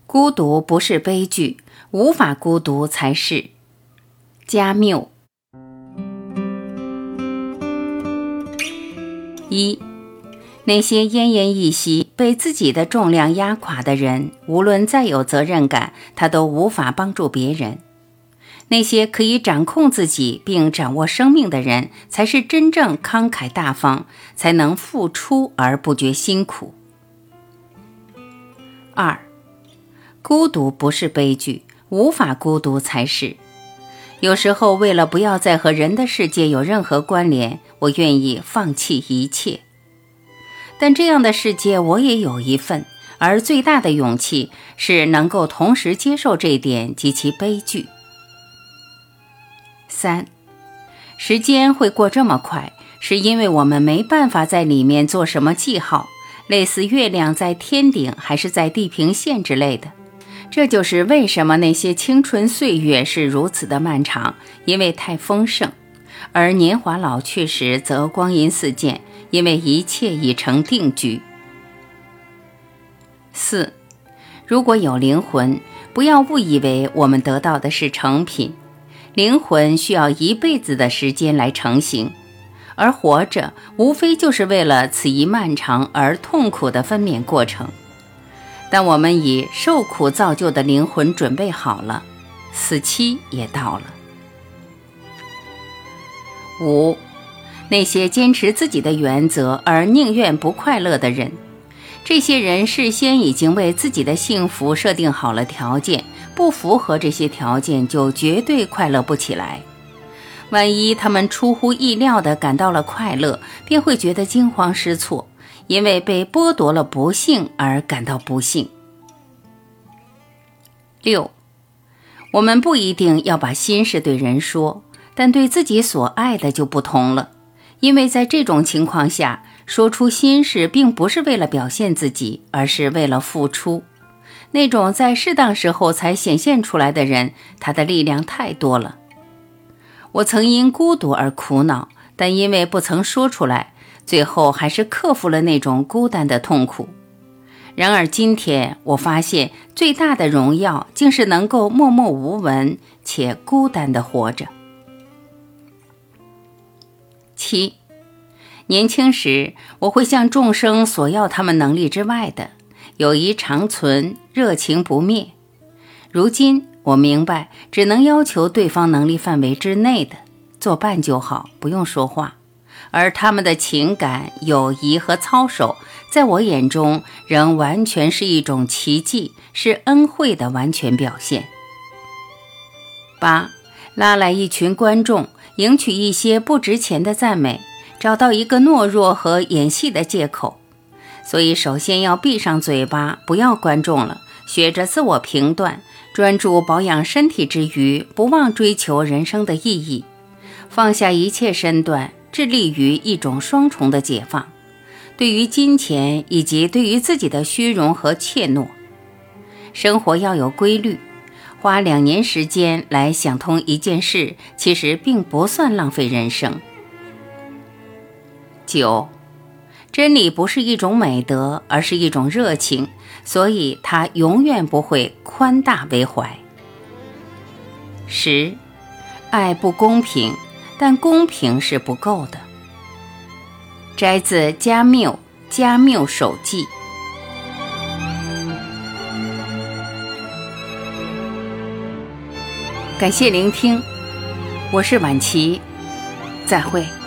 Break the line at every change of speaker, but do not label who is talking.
孤独不是悲剧，无法孤独才是。加缪。1. 那些奄奄一息被自己的重量压垮的人，无论再有责任感，他都无法帮助别人。那些可以掌控自己并掌握生命的人，才是真正慷慨大方，才能付出而不觉辛苦。2. 孤独不是悲剧，无法孤独才是。有时候为了不要再和人的世界有任何关联，我愿意放弃一切。但这样的世界我也有一份，而最大的勇气是能够同时接受这一点及其悲剧。3. 时间会过这么快，是因为我们没办法在里面做什么记号，类似月亮在天顶还是在地平线之类的。这就是为什么那些青春岁月是如此的漫长，因为太丰盛，而年华老去时则光阴似箭，因为一切已成定局。4. 如果有灵魂，不要误以为我们得到的是成品，灵魂需要一辈子的时间来成型，而活着无非就是为了此一漫长而痛苦的分娩过程。但我们以受苦造就的灵魂准备好了，死期也到了。5. 那些坚持自己的原则而宁愿不快乐的人，这些人事先已经为自己的幸福设定好了条件，不符合这些条件就绝对快乐不起来。万一他们出乎意料地感到了快乐，便会觉得惊慌失措，因为被剥夺了不幸而感到不幸。6. 我们不一定要把心事对人说，但对自己所爱的就不同了，因为在这种情况下，说出心事并不是为了表现自己，而是为了付出。那种在适当时候才显现出来的人，他的力量太多了。我曾因孤独而苦恼，但因为不曾说出来，最后还是克服了那种孤单的痛苦。然而今天我发现，最大的荣耀竟是能够默默无闻且孤单地活着。7. 年轻时，我会向众生索要他们能力之外的，友谊长存，热情不灭。如今我明白，只能要求对方能力范围之内的，作伴就好，不用说话。而他们的情感、友谊和操守，在我眼中仍完全是一种奇迹，是恩惠的完全表现。8. 拉来一群观众，赢取一些不值钱的赞美，找到一个懦弱和演戏的借口。所以首先要闭上嘴巴，不要观众了，学着自我评断，专注保养身体之余，不忘追求人生的意义，放下一切身段，致力于一种双重的解放，对于金钱以及对于自己的虚荣和怯懦。生活要有规律，花2年时间来想通一件事，其实并不算浪费人生。9. 真理不是一种美德，而是一种热情，所以它永远不会宽大为怀。10. 爱不公平，但公平是不够的。摘自加缪手记。感谢聆听，我是婉琪，再会。